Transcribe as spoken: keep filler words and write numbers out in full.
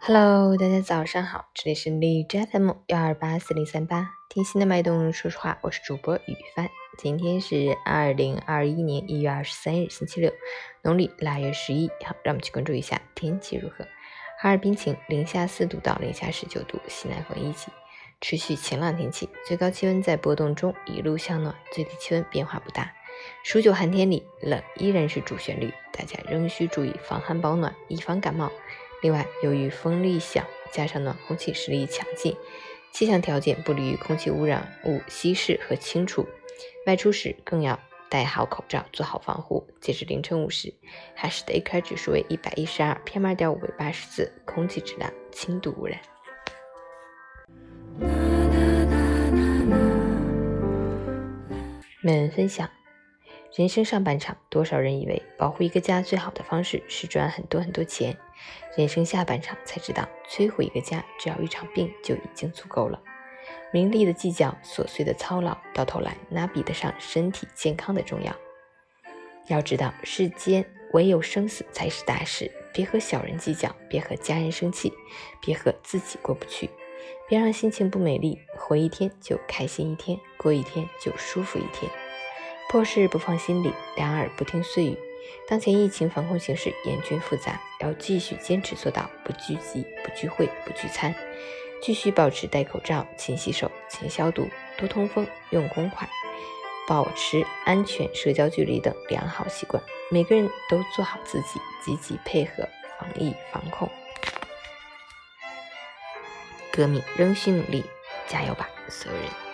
Hello， 大家早上好，这里是荔枝 F M 幺二八四零三八，听心的脉动，说实话，我是主播雨帆。今天是二零二一年一月二十三日，星期六，农历腊月十一。好，让我们去关注一下天气如何。哈尔滨晴，零下四度到零下十九度，西南风一级，持续晴朗天气，最高气温在波动中一路向暖，最低气温变化不大。数九寒天里，冷依然是主旋律，大家仍需注意防寒保暖，以防感冒。另外，由于风力小，加上暖空气实力强劲，气象条件不利于空气污染物稀释和清除，外出时更要戴好口罩，做好防护。截至凌晨五时，海市的 A Q I 指数为一百一十二 ，P M 二点五 为八十四，空气质量轻度污染。美文分享：人生上半场，多少人以为保护一个家最好的方式是赚很多很多钱，人生下半场才知道，摧毁一个家只要一场病就已经足够了。名利的计较，琐碎的操劳，到头来哪比得上身体健康的重要？要知道，世间唯有生死才是大事，别和小人计较，别和家人生气，别和自己过不去，别让心情不美丽，活一天就开心一天，过一天就舒服一天。破事不放心里，两耳不听碎语。当前疫情防控形势严峻复杂，要继续坚持做到不聚集、不聚会、不聚餐，继续保持戴口罩、勤洗手、勤消毒、多通风、用公筷，保持安全社交距离等良好习惯。每个人都做好自己，积极配合防疫防控。革命仍需努力，加油吧，所有人！